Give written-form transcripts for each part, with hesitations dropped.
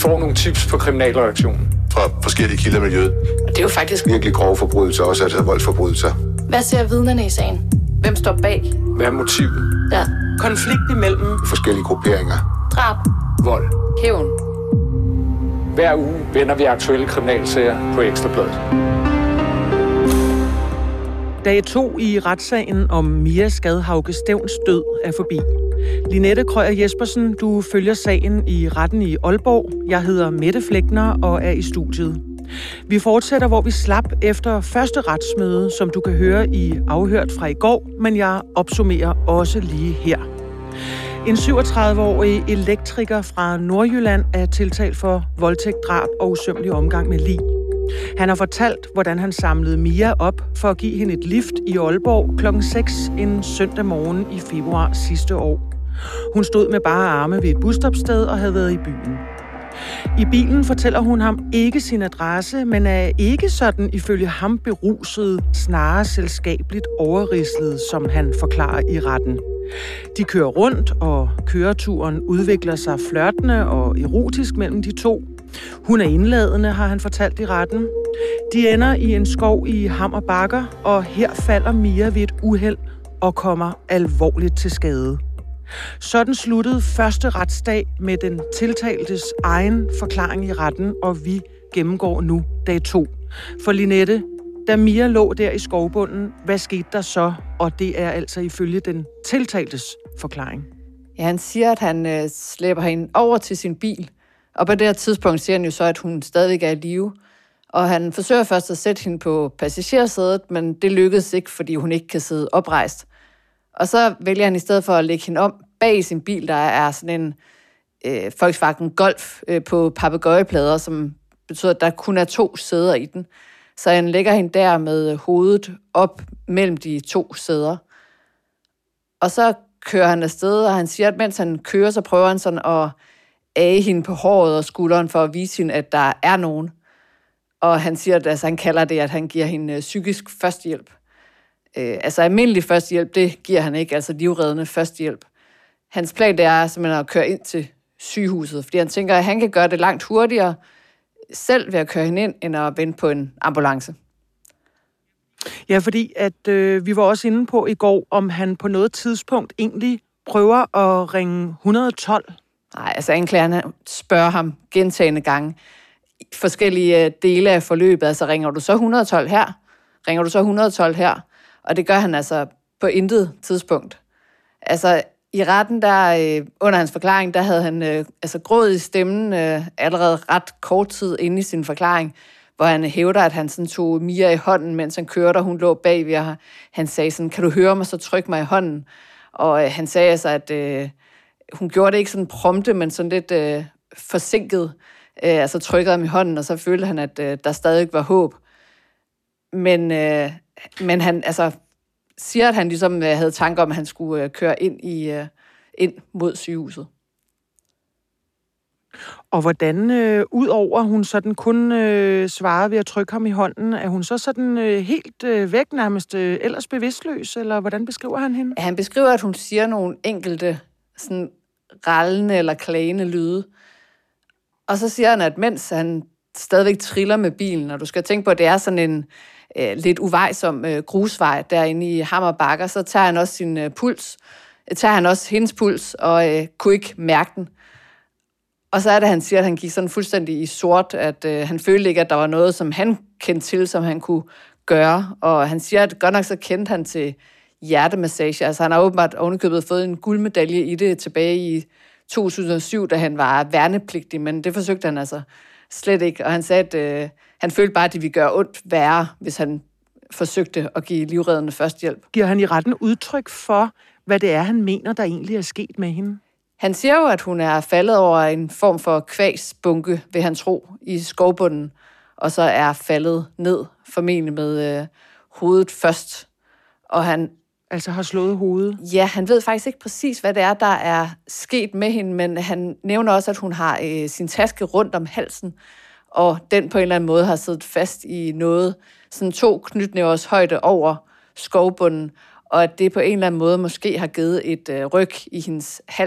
får nogle tips på kriminalreaktionen fra forskellige kilder i miljøet. Og det er jo faktisk virkelig grove forbrydelser, også altså voldsforbrydelser. Hvad ser vidnerne i sagen? Hvem står bag? Hvad er motivet? Ja. Konflikt imellem forskellige grupperinger. Drab. Vold. Hævn. Hver uge vender vi aktuelle kriminalsager på Ekstra Bladet. Dag 2 i retssagen om Mia Skadhauge Stevns død er forbi. Linette Krøyer Jespersen, du følger sagen i retten i Aalborg. Jeg hedder Mette Fleckner og er i studiet. Vi fortsætter, hvor vi slap efter første retsmøde, som du kan høre i Afhørt fra i går, men jeg opsummerer også lige her. En 37-årig elektriker fra Nordjylland er tiltalt for voldtægt, drab og usømmelig omgang med lig. Han har fortalt, hvordan han samlede Mia op for at give hende et lift i Aalborg kl. 6 en søndag morgen i februar sidste år. Hun stod med bare arme ved et busstopsted og havde været i byen. I bilen fortæller hun ham ikke sin adresse, men er ikke sådan ifølge ham beruset, snarere selskabeligt overrislet, som han forklarer i retten. De kører rundt, og køreturen udvikler sig flirtende og erotisk mellem de to. Hun er indladende, har han fortalt i retten. De ender i en skov i Hammer Bakker, og her falder Mia ved et uheld og kommer alvorligt til skade. Sådan sluttede første retsdag med den tiltaltes egen forklaring i retten, og vi gennemgår nu dag 2. For Linette, da Mia lå der i skovbunden, hvad skete der så? Og det er altså ifølge den tiltaltes forklaring. Ja, han siger, at han slæber hende over til sin bil, og på det her tidspunkt siger han jo så, at hun stadig er i live. Og han forsøger først at sætte hende på passagersædet, men det lykkedes ikke, fordi hun ikke kan sidde oprejst. Og så vælger han i stedet for at lægge hende om bag sin bil, der er sådan en Volkswagen Golf på papegøjeplader, som betyder, at der kun er 2 sæder i den. Så han lægger hende der med hovedet op mellem de 2 sæder. Og så kører han afsted, og han siger, at mens han kører, så prøver han sådan at age hende på håret og skulderen for at vise hende, at der er nogen. Og han siger, at han kalder det, at han giver hende psykisk førstehjælp. Altså almindelig førstehjælp, det giver han ikke, altså livreddende førstehjælp. Hans plan det er simpelthen at køre ind til sygehuset, fordi han tænker, at han kan gøre det langt hurtigere selv ved at køre hende ind, end at vente på en ambulance. Ja, fordi at vi var også inde på i går, om han på noget tidspunkt egentlig prøver at ringe 112. Nej, altså anklagerne spørger ham gentagne gange forskellige dele af forløbet. Altså ringer du så 112 her? Ringer du så 112 her? Og det gør han altså på intet tidspunkt. Altså i retten, der under hans forklaring, der havde han gråd i stemmen allerede ret kort tid inde i sin forklaring, hvor han hævder, at han sådan tog Mia i hånden, mens han kørte, og hun lå bagved, og han sagde sådan, kan du høre mig, så tryk mig i hånden. Og han sagde altså, at hun gjorde det ikke sådan prompte, men sådan lidt forsinket, altså trykkede ham i hånden, og så følte han, at der stadig var håb. Men han altså siger, at han ligesom havde tanker om, at han skulle køre ind mod sygehuset. Og hvordan, udover hun sådan kun svarede ved at trykke ham i hånden, er hun så sådan helt væk nærmest ellers bevidstløs, eller hvordan beskriver han hende? Han beskriver, at hun siger nogle enkelte sådan rallende eller klagende lyde. Og så siger han, at mens han stadigvæk triller med bilen, og du skal tænke på, at det er sådan en lidt uvejsom grusvej derinde i Hammer Bakker, så tager han også sin puls, tager han også hendes puls, og kunne ikke mærke den. Og så er det, han siger, at han gik sådan fuldstændig i sort, at han følte ikke, at der var noget, som han kendte til, som han kunne gøre. Og han siger, at godt nok så kendte han til hjertemassage. Altså han har åbenbart ovenikøbet fået en guldmedalje i det tilbage i 2007, da han var værnepligtig, men det forsøgte han altså slet ikke. Og han sagde, at han følte bare, at det ville gøre ondt værre, hvis han forsøgte at give livreddende førstehjælp. Giver han i retten udtryk for, hvad det er, han mener, der egentlig er sket med hende? Han siger jo, at hun er faldet over en form for kvasbunke, vil han tro, i skovbunden, og så er faldet ned, formentlig med hovedet først. Og han altså har slået hovedet? Ja, han ved faktisk ikke præcis, hvad det er, der er sket med hende, men han nævner også, at hun har sin taske rundt om halsen, og den på en eller anden måde har siddet fast i noget, sådan 2 knytnævers højde over skovbunden, og at det på en eller anden måde måske har givet et ryg i hendes hals.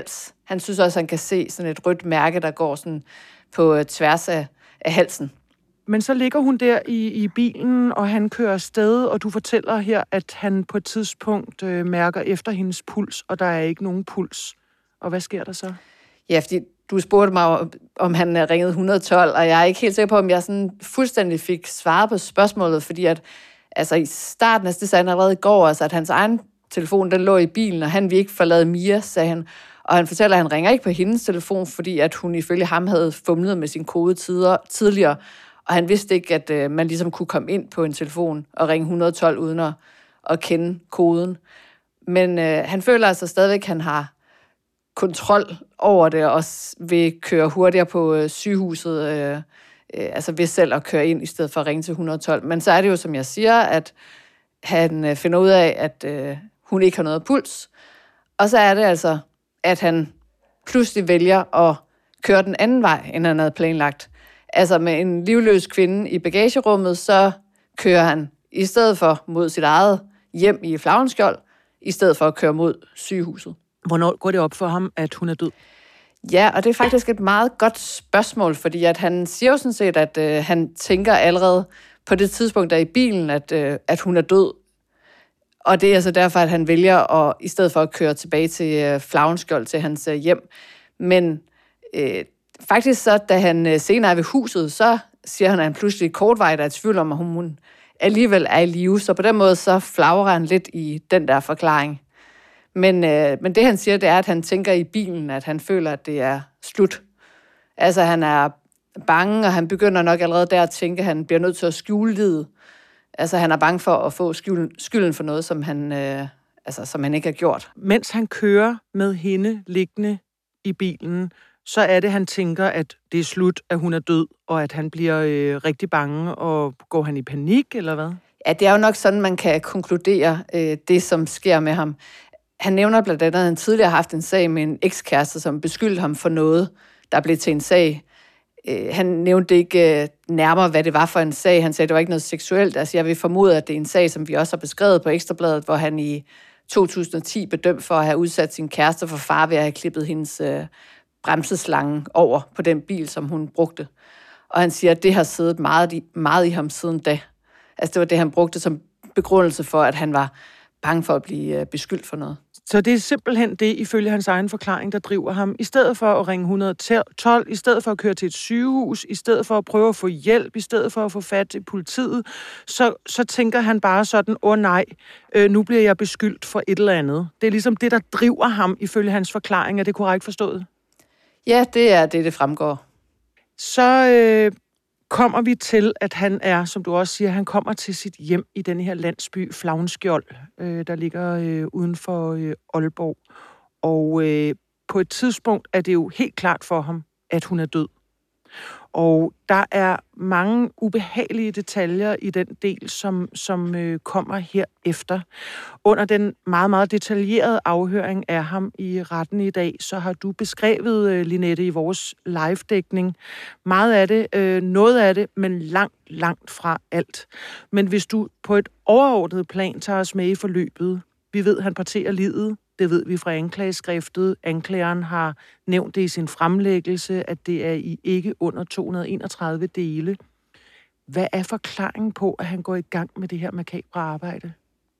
Han synes også, han kan se sådan et rødt mærke, der går sådan på tværs af halsen. Men så ligger hun der i bilen, og han kører afsted, og du fortæller her, at han på et tidspunkt mærker efter hendes puls, og der er ikke nogen puls. Og hvad sker der så? Ja, fordi du spurgte mig, om han ringede 112, og jeg er ikke helt sikker på, om jeg sådan fuldstændig fik svaret på spørgsmålet, fordi at altså i starten, det sagde han allerede i går, altså at hans egen telefon, den lå i bilen, og han ville ikke forlade Mia, sagde han. Og han fortæller, at han ringer ikke på hendes telefon, fordi at hun ifølge ham havde fumlet med sin kode tidligere, og han vidste ikke, at man ligesom kunne komme ind på en telefon og ringe 112 uden at kende koden. Men han føler altså stadigvæk, at han har kontrol over det, og vil køre hurtigere på sygehuset, altså ved selv at køre ind, i stedet for at ringe til 112. Men så er det jo, som jeg siger, at han finder ud af, at hun ikke har noget puls. Og så er det altså, at han pludselig vælger at køre den anden vej, end han havde planlagt. Altså med en livløs kvinde i bagagerummet, så kører han i stedet for mod sit eget hjem i Flagenskjold, i stedet for at køre mod sygehuset. Hvornår går det op for ham, at hun er død? Ja, og det er faktisk et meget godt spørgsmål, fordi at han siger jo sådan set, at han tænker allerede på det tidspunkt, der i bilen, at hun er død. Og det er altså derfor, at han vælger at, i stedet for at køre tilbage til Flagenskjold, til hans hjem. Men faktisk så, da han senere er ved huset, så siger han, at han pludselig kortvarigt er i tvivl om, at hun alligevel er i live. Så på den måde, så flagrer han lidt i den der forklaring. Men det, han siger, det er, at han tænker i bilen, at han føler, at det er slut. Altså, han er bange, og han begynder nok allerede der at tænke, at han bliver nødt til at skjule livet. Altså, han er bange for at få skylden for noget, som han ikke har gjort. Mens han kører med hende liggende i bilen, så er det, han tænker, at det er slut, at hun er død, og at han bliver rigtig bange, og går han i panik, eller hvad? Ja, det er jo nok sådan, man kan konkludere det, som sker med ham. Han nævner blandt andet, at han tidligere har haft en sag med en ekskæreste, som beskyldte ham for noget, der blev til en sag. Han nævnte ikke nærmere, hvad det var for en sag. Han sagde, at det var ikke noget seksuelt. Altså, jeg vil formode, at det er en sag, som vi også har beskrevet på Ekstra Bladet, hvor han i 2010 bedømt for at have udsat sin kæreste for fare ved at have klippet hendes bremseslange over på den bil, som hun brugte. Og han siger, at det har siddet meget i ham siden da. Altså, det var det, han brugte som begrundelse for, at han var bange for at blive beskyldt for noget. Så det er simpelthen det, ifølge hans egen forklaring, der driver ham. I stedet for at ringe 112, i stedet for at køre til et sygehus, i stedet for at prøve at få hjælp, i stedet for at få fat i politiet, så tænker han bare sådan, nej, nu bliver jeg beskyldt for et eller andet. Det er ligesom det, der driver ham, ifølge hans forklaring. Er det korrekt forstået? Ja, det er det fremgår. Så kommer vi til, at han er, som du også siger, han kommer til sit hjem i den her landsby Flagenskjold, der ligger uden for Aalborg. Og på et tidspunkt er det jo helt klart for ham, at hun er død. Og der er mange ubehagelige detaljer i den del, som kommer herefter. Under den meget, meget detaljerede afhøring af ham i retten i dag, så har du beskrevet, Linette, i vores live-dækning. Meget af det, noget af det, men langt fra alt. Men hvis du på et overordnet plan tager os med i forløbet, vi ved, han parterer livet. Det ved vi fra anklageskriftet. Anklageren har nævnt det i sin fremlæggelse, at det er i ikke under 231 dele. Hvad er forklaringen på, at han går i gang med det her makabre arbejde?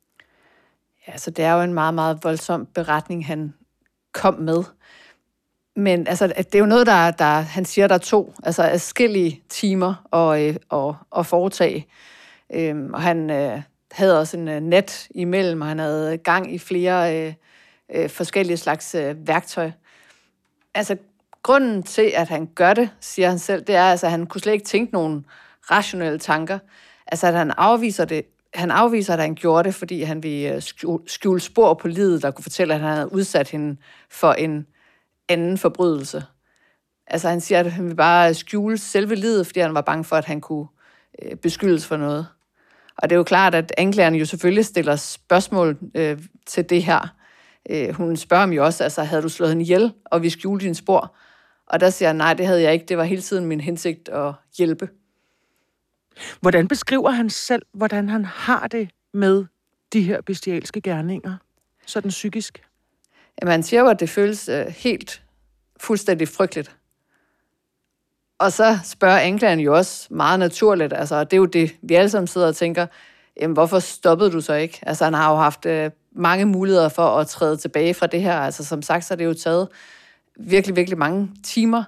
Ja, så det er jo en meget, meget voldsom beretning, han kom med. Men altså, det er jo noget, der han siger, der tog adskillige timer at foretage. Og han havde også en net imellem, og han havde gang i flere forskellige slags værktøj. Altså, grunden til, at han gør det, siger han selv, det er, at han kunne slet ikke tænke nogen rationelle tanker. Altså, at han afviser det. Han afviser, at han gjorde det, fordi han ville skjule spor på livet, der kunne fortælle, at han havde udsat hende for en anden forbrydelse. Altså, han siger, at han ville bare skjule selve livet, fordi han var bange for, at han kunne beskyldes for noget. Og det er jo klart, at anklagerne jo selvfølgelig stiller spørgsmål til det her. Hun spørger ham jo også, altså, havde du slået hende ihjel, og vi skjulte dine spor? Og der siger han, nej, det havde jeg ikke. Det var hele tiden min hensigt at hjælpe. Hvordan beskriver han selv, hvordan han har det med de her bestialske gerninger, sådan psykisk? Jamen, han siger jo, at det føles helt fuldstændig frygteligt. Og så spørger anklageren jo også meget naturligt, altså det er jo det, vi alle sammen sidder og tænker, jamen hvorfor stoppede du så ikke? Altså han har jo haft mange muligheder for at træde tilbage fra det her, altså som sagt, så er det jo taget virkelig, virkelig mange timer.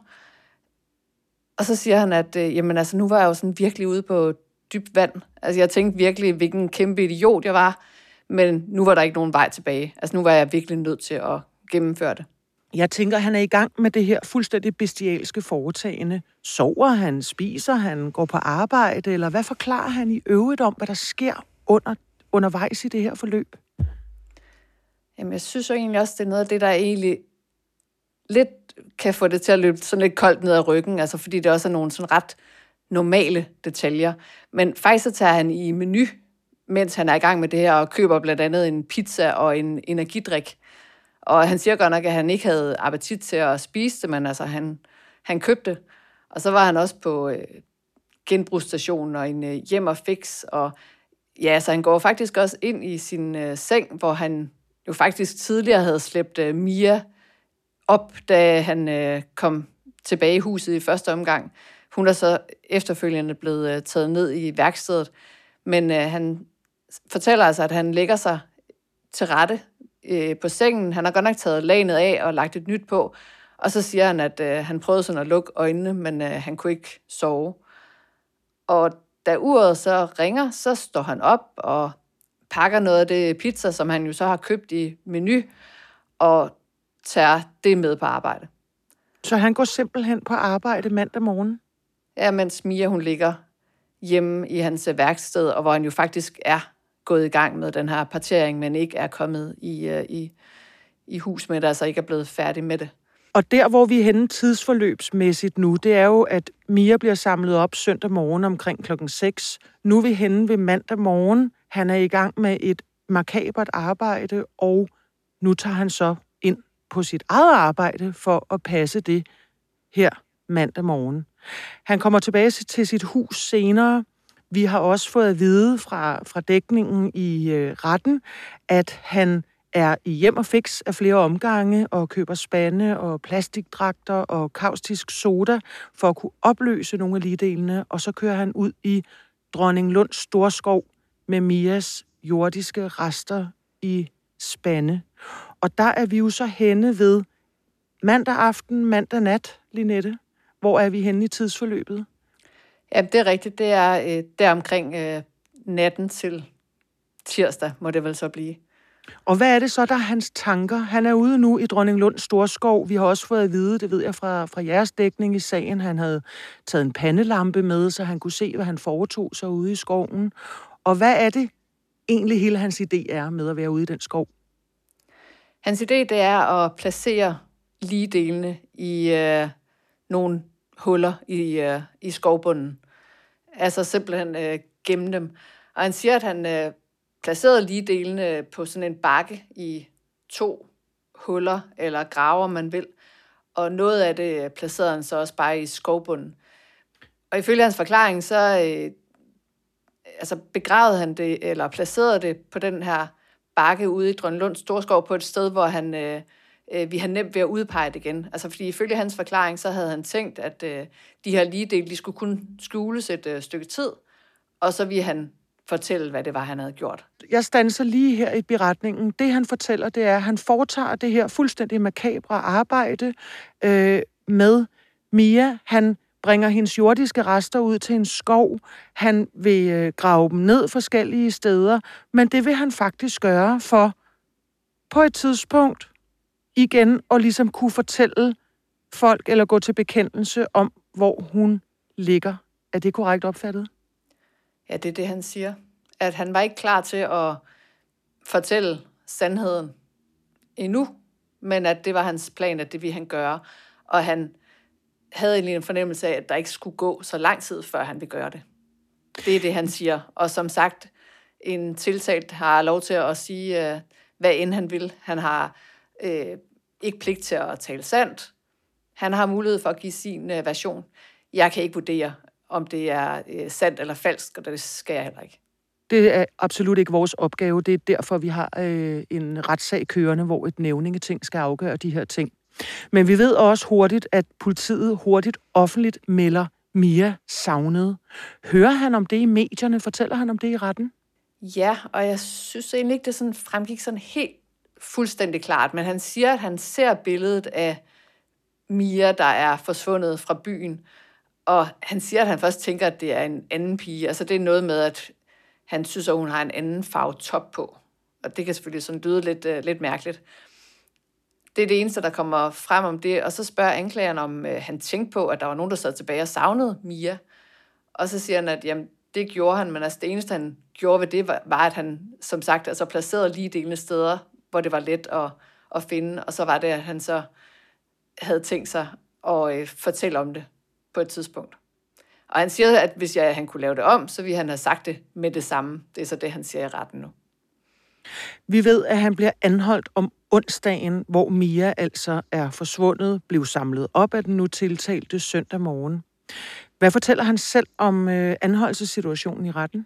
Og så siger han, at jamen altså nu var jeg jo sådan virkelig ude på dybt vand. Altså jeg tænkte virkelig, hvilken kæmpe idiot jeg var, men nu var der ikke nogen vej tilbage. Altså nu var jeg virkelig nødt til at gennemføre det. Jeg tænker, han er i gang med det her fuldstændig bestialske foretagende. Sover han, spiser han, går på arbejde, eller hvad forklarer han i øvrigt om, hvad der sker undervejs i det her forløb? Jamen, jeg synes jo egentlig også, det er noget af det, der egentlig lidt kan få det til at løbe sådan lidt koldt ned ad ryggen, altså fordi det også er nogle sådan ret normale detaljer. Men faktisk så tager han i menu, mens han er i gang med det her, og køber blandt andet en pizza og en energidrik. Og han siger godt nok, at han ikke havde appetit til at spise det, men altså han købte. Og så var han også på genbrugsstationen og en hjem og fix. Og ja, så han går faktisk også ind i sin seng, hvor han jo faktisk tidligere havde slæbt Mia op, da han kom tilbage i huset i første omgang. Hun er så efterfølgende blevet taget ned i værkstedet. Men han fortæller altså, at han lægger sig til rette på sengen. Han har godt nok taget lagenet af og lagt et nyt på. Og så siger han, at han prøvede sådan at lukke øjnene, men han kunne ikke sove. Og da uret så ringer, så står han op og pakker noget af det pizza, som han jo så har købt i menu, og tager det med på arbejde. Så han går simpelthen på arbejde mandag morgen? Ja, mens Mia hun ligger hjemme i hans værksted, og hvor han jo faktisk er gået i gang med den her partering, men ikke er kommet i hus med det, altså ikke er blevet færdig med det. Og der, hvor vi er henne tidsforløbsmæssigt nu, det er jo, at Mia bliver samlet op søndag morgen omkring 6:00. Nu er vi henne ved mandag morgen. Han er i gang med et makabert arbejde, og nu tager han så ind på sit eget arbejde for at passe det her mandag morgen. Han kommer tilbage til sit hus senere. Vi har også fået at vide fra dækningen i retten, at han er i hjem og fix af flere omgange og køber spande og plastikdragter og kaustisk soda for at kunne opløse nogle af ligdelene, og så kører han ud i Dronninglunds Storskov med Mias jordiske rester i spande. Og der er vi jo så henne ved mandag aften, mandag nat, Linette. Hvor er vi henne i tidsforløbet? Ja, det er rigtigt. Det er der omkring natten til tirsdag, må det vel så blive. Og hvad er det så, der er hans tanker? Han er ude nu i Dronninglunds Storskov. Vi har også fået at vide, det ved jeg fra jeres dækning i sagen, han havde taget en pandelampe med, så han kunne se, hvad han foretog sig ude i skoven. Og hvad er det egentlig hele hans idé er med at være ude i den skov? Hans idé, det er at placere ligdelene i nogle huller i skovbunden. Altså simpelthen gemme dem. Og han siger, at han placerede ligdelene på sådan en bakke i 2 huller, eller graver, man vil. Og noget af det placerede han så også bare i skovbunden. Og ifølge hans forklaring, så begravede han det, eller placerede det på den her bakke ude i Dronninglunds Storskov på et sted, hvor vi har nemt ved at udpege det igen. Altså fordi ifølge hans forklaring, så havde han tænkt, at de her ligedele, de skulle kun skjules et stykke tid, og så ville han fortælle, hvad det var, han havde gjort. Jeg standser lige her i beretningen. Det, han fortæller, det er, at han foretager det her fuldstændig makabre arbejde med Mia. Han bringer hendes jordiske rester ud til en skov. Han vil grave dem ned forskellige steder, men det vil han faktisk gøre for på et tidspunkt igen og ligesom kunne fortælle folk eller gå til bekendelse om, hvor hun ligger. Er det korrekt opfattet? Ja, det er det, han siger. At han var ikke klar til at fortælle sandheden endnu, men at det var hans plan, at det ville han gøre. Og han havde egentlig en fornemmelse af, at der ikke skulle gå så lang tid, før han ville gøre det. Det er det, han siger. Og som sagt, en tiltalt har lov til at sige, hvad end han vil. Han har ikke pligt til at tale sandt. Han har mulighed for at give sin version. Jeg kan ikke vurdere, om det er sandt eller falsk, og det skal jeg heller ikke. Det er absolut ikke vores opgave. Det er derfor, vi har en retssag kørende, hvor et nævningeting skal afgøre de her ting. Men vi ved også hurtigt, at politiet hurtigt offentligt melder Mia savnet. Hører han om det i medierne? Fortæller han om det i retten? Ja, og jeg synes egentlig ikke, det sådan fremgik sådan helt fuldstændig klart, men han siger, at han ser billedet af Mia, der er forsvundet fra byen, og han siger, at han først tænker, at det er en anden pige. Altså det er noget med, at han synes, at hun har en anden farve top på, og det kan selvfølgelig sådan lyde lidt mærkeligt. Det er det eneste, der kommer frem om det, og så spørger anklageren, om han tænkte på, at der var nogen, der sad tilbage og savnede Mia, og så siger han, at jamen, det gjorde han, men altså det eneste, han gjorde ved det, var at han, som sagt, altså placerede lige delene steder, hvor det var let at finde, og så var det, at han så havde tænkt sig at fortælle om det på et tidspunkt. Og han siger, at hvis han kunne lave det om, så ville han have sagt det med det samme. Det er så det, han siger i retten nu. Vi ved, at han bliver anholdt om onsdagen, hvor Mia altså er forsvundet, blev samlet op af den nu tiltalte søndag morgen. Hvad fortæller han selv om anholdelsessituationen i retten?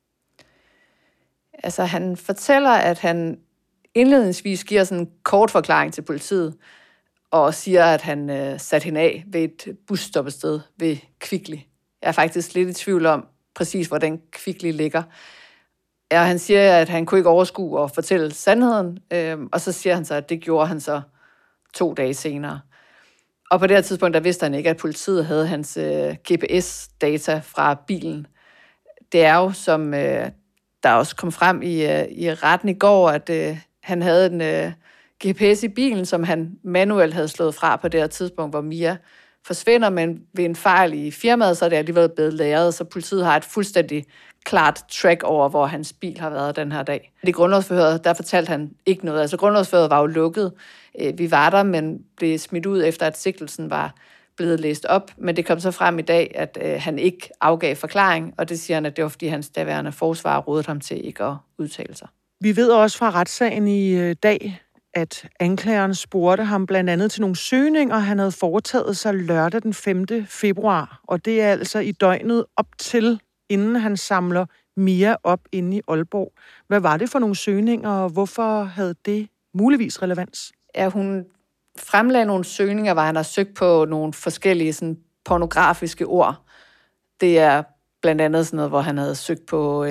Altså, han fortæller, at han indledningsvis giver sådan en kort forklaring til politiet, og siger, at han satte hende af ved et busstoppested ved Kvickly. Jeg er faktisk lidt i tvivl om præcis, hvor den Kvickly ligger. Ja, han siger, at han kunne ikke overskue og fortælle sandheden, og så siger han så, at det gjorde han så 2 dage senere. Og på det her tidspunkt, der vidste han ikke, at politiet havde hans GPS-data fra bilen. Det er jo, som der også kom frem i retten i går, at han havde en GPS i bilen, som han manuelt havde slået fra på det her tidspunkt, hvor Mia forsvinder, men ved en fejl i firmaet, så er det alligevel blevet lagret, så politiet har et fuldstændig klart track over, hvor hans bil har været den her dag. I grundlovsforhøret, der fortalte han ikke noget. Altså grundlovsforhøret var jo lukket. Vi var der, men blev smidt ud efter, at sigtelsen var blevet læst op. Men det kom så frem i dag, at han ikke afgav forklaring, og det siger han, at det var, fordi hans daværende forsvar rådede ham til ikke at udtale sig. Vi ved også fra retssagen i dag, at anklageren spurgte ham blandt andet til nogle søgninger, han havde foretaget sig lørdag den 5. februar. Og det er altså i døgnet op til, inden han samler Mia op inde i Aalborg. Hvad var det for nogle søgninger, og hvorfor havde det muligvis relevans? Ja, hun fremlagde nogle søgninger, hvor han har søgt på nogle forskellige sådan, pornografiske ord. Det er blandt andet sådan noget, hvor han havde søgt på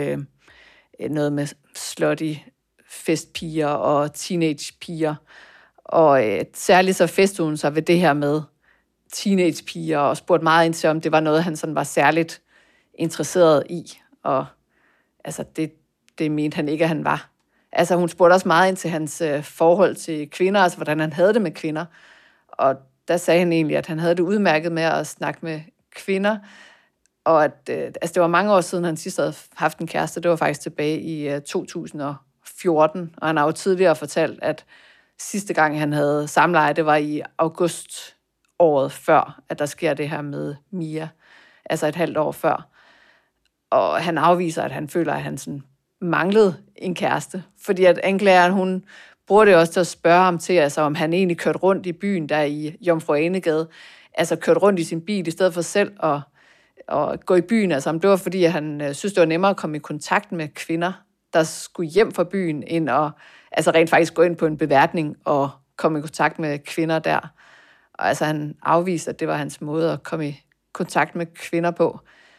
noget med slutty festpiger og teenagepiger. Og særligt så festede hun sig ved det her med teenagepiger og spurgte meget ind til, om det var noget, han sådan var særligt interesseret i. Og altså, det mente han ikke, at han var. Altså, hun spurgte også meget ind til hans forhold til kvinder, altså hvordan han havde det med kvinder. Og der sagde han egentlig, at han havde det udmærket med at snakke med kvinder. Og at altså, det var mange år siden, han sidst havde haft en kæreste. Det var faktisk tilbage i 2014. Og han har jo tidligere fortalt, at sidste gang, han havde samleje, det var i august året før, at der sker det her med Mia. Altså et halvt år før. Og han afviser, at han føler, at han sådan manglede en kæreste. Fordi at anklageren, hun bruger det også til at spørge ham til, altså om han egentlig kørte rundt i byen, der i Jomfru Anegade. Altså kørte rundt i sin bil, i stedet for selv at gå i byen. Altså om det var, fordi han synes, det var nemmere at komme i kontakt med kvinder, der skulle hjem fra byen, end at altså rent faktisk gå ind på en beværtning og komme i kontakt med kvinder der. Og altså han afviste, at det var hans måde at komme i kontakt med kvinder på.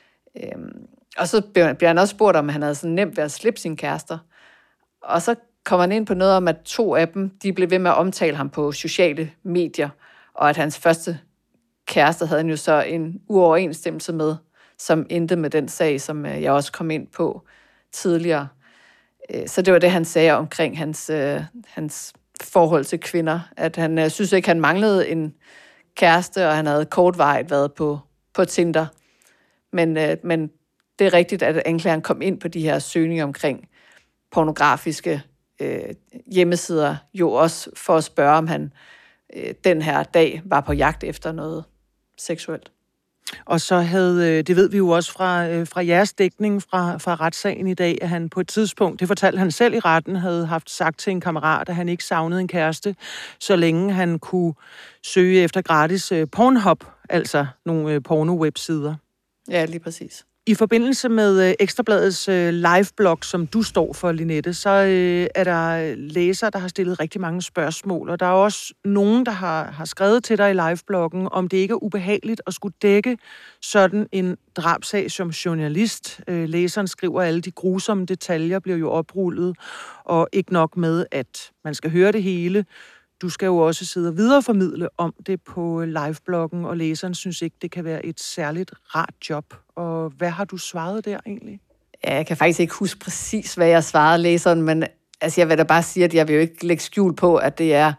Og så bliver han også spurgt, om han havde sådan nemt ved at slippe sine kærester. Og så kommer han ind på noget om, at 2 af dem, de blev ved med at omtale ham på sociale medier, og at hans første kæreste havde han jo så en uoverensstemmelse med, som endte med den sag, som jeg også kom ind på tidligere. Så det var det, han sagde omkring hans forhold til kvinder, at han synes ikke, han manglede en kæreste, og han havde kortvarigt været på Tinder. Men det er rigtigt, at anklageren kom ind på de her søgninger omkring pornografiske hjemmesider, jo også for at spørge, om han den her dag var på jagt efter noget seksuelt. Og så havde, det ved vi jo også fra jeres dækning fra retssagen i dag, at han på et tidspunkt, det fortalte han selv i retten, havde haft sagt til en kammerat, at han ikke savnede en kæreste, så længe han kunne søge efter gratis Pornhub, altså nogle porno-websider. Ja, lige præcis. I forbindelse med Ekstrabladets liveblog, som du står for, Linette, så er der læsere, der har stillet rigtig mange spørgsmål, og der er også nogen, der har skrevet til dig i livebloggen, om det ikke er ubehageligt at skulle dække sådan en drabsag som journalist. Læseren skriver, at alle de grusomme detaljer bliver jo oprullet, og ikke nok med, at man skal høre det hele. Du skal jo også sidde og videreformidle om det på livebloggen, og læseren synes ikke, det kan være et særligt rart job. Og hvad har du svaret der egentlig? Ja, jeg kan faktisk ikke huske præcis, hvad jeg svarede læseren, men altså, jeg vil da bare sige, at jeg vil jo ikke lægge skjul på, at det er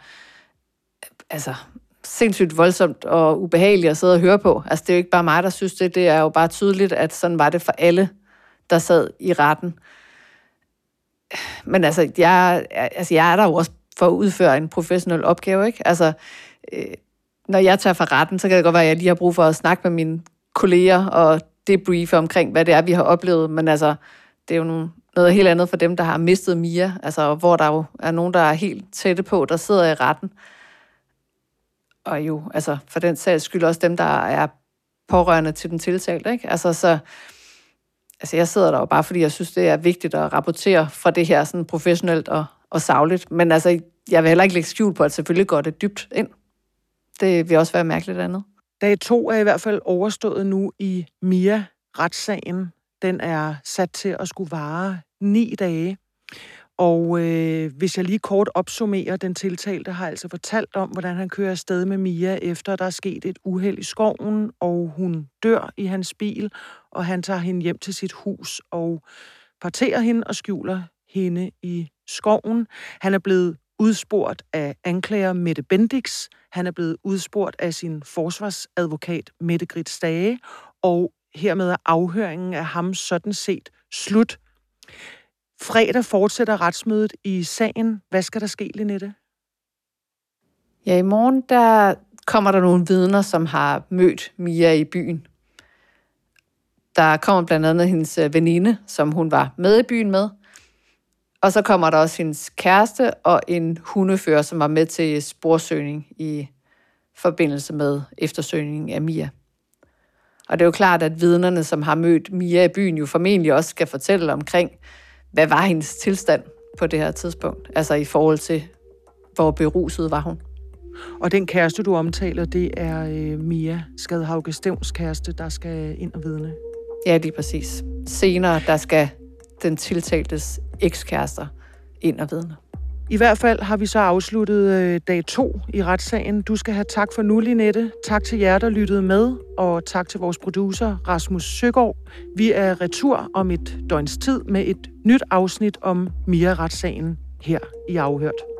sindssygt voldsomt og ubehageligt at sidde og høre på. Altså, det er jo ikke bare mig, der synes det. Det er jo bare tydeligt, at sådan var det for alle, der sad i retten. Men altså, jeg er der jo også for at udføre en professionel opgave, ikke? Altså, når jeg tager fra retten, så kan det godt være, at jeg lige har brug for at snakke med mine kolleger og debriefe omkring, hvad det er, vi har oplevet. Men altså, det er jo noget helt andet for dem, der har mistet Mia, altså, hvor der jo er nogen, der er helt tætte på, der sidder i retten. Og jo, altså, for den sags skyld også dem, der er pårørende til den tiltalte, ikke? Altså, jeg sidder der jo bare, fordi jeg synes, det er vigtigt at rapportere fra det her sådan professionelt og sagligt. Men altså, jeg vil heller ikke lægge skjul på, at selvfølgelig går det dybt ind. Det vil også være mærkeligt andet. Dag 2 er i hvert fald overstået nu i Mia-retssagen. Den er sat til at skulle vare 9 dage. Og hvis jeg lige kort opsummerer, den tiltalte har altså fortalt om, hvordan han kører afsted med Mia, efter der er sket et uheld i skoven, og hun dør i hans bil, og han tager hende hjem til sit hus og parterer hende og skjuler hende i skoven. Han er blevet udspurgt af anklager Mette Bendix. Han er blevet udspurgt af sin forsvarsadvokat Mette Grits Stage, og hermed er afhøringen af ham sådan set slut. Fredag fortsætter retsmødet i sagen. Hvad skal der ske, Linette? Ja, i morgen der kommer der nogle vidner, som har mødt Mia i byen. Der kommer blandt andet hendes veninde, som hun var med i byen med. Og så kommer der også hendes kæreste og en hundefører, som var med til sporsøgning i forbindelse med eftersøgningen af Mia. Og det er jo klart, at vidnerne, som har mødt Mia i byen, jo formentlig også skal fortælle omkring, hvad var hendes tilstand på det her tidspunkt? Altså i forhold til, hvor beruset var hun. Og den kæreste, du omtaler, det er Mia Skadhauge Stevns kæreste, der skal ind og vidne. Ja, lige præcis. Senere, der skal den tiltaltes ekskærester ind og vidne. I hvert fald har vi så afsluttet dag 2 i retssagen. Du skal have tak for nu, Linette. Tak til jer, der lyttede med, og tak til vores producer, Rasmus Søgaard. Vi er retur om et døgns tid med et nyt afsnit om Mia-retssagen her i Afhørt.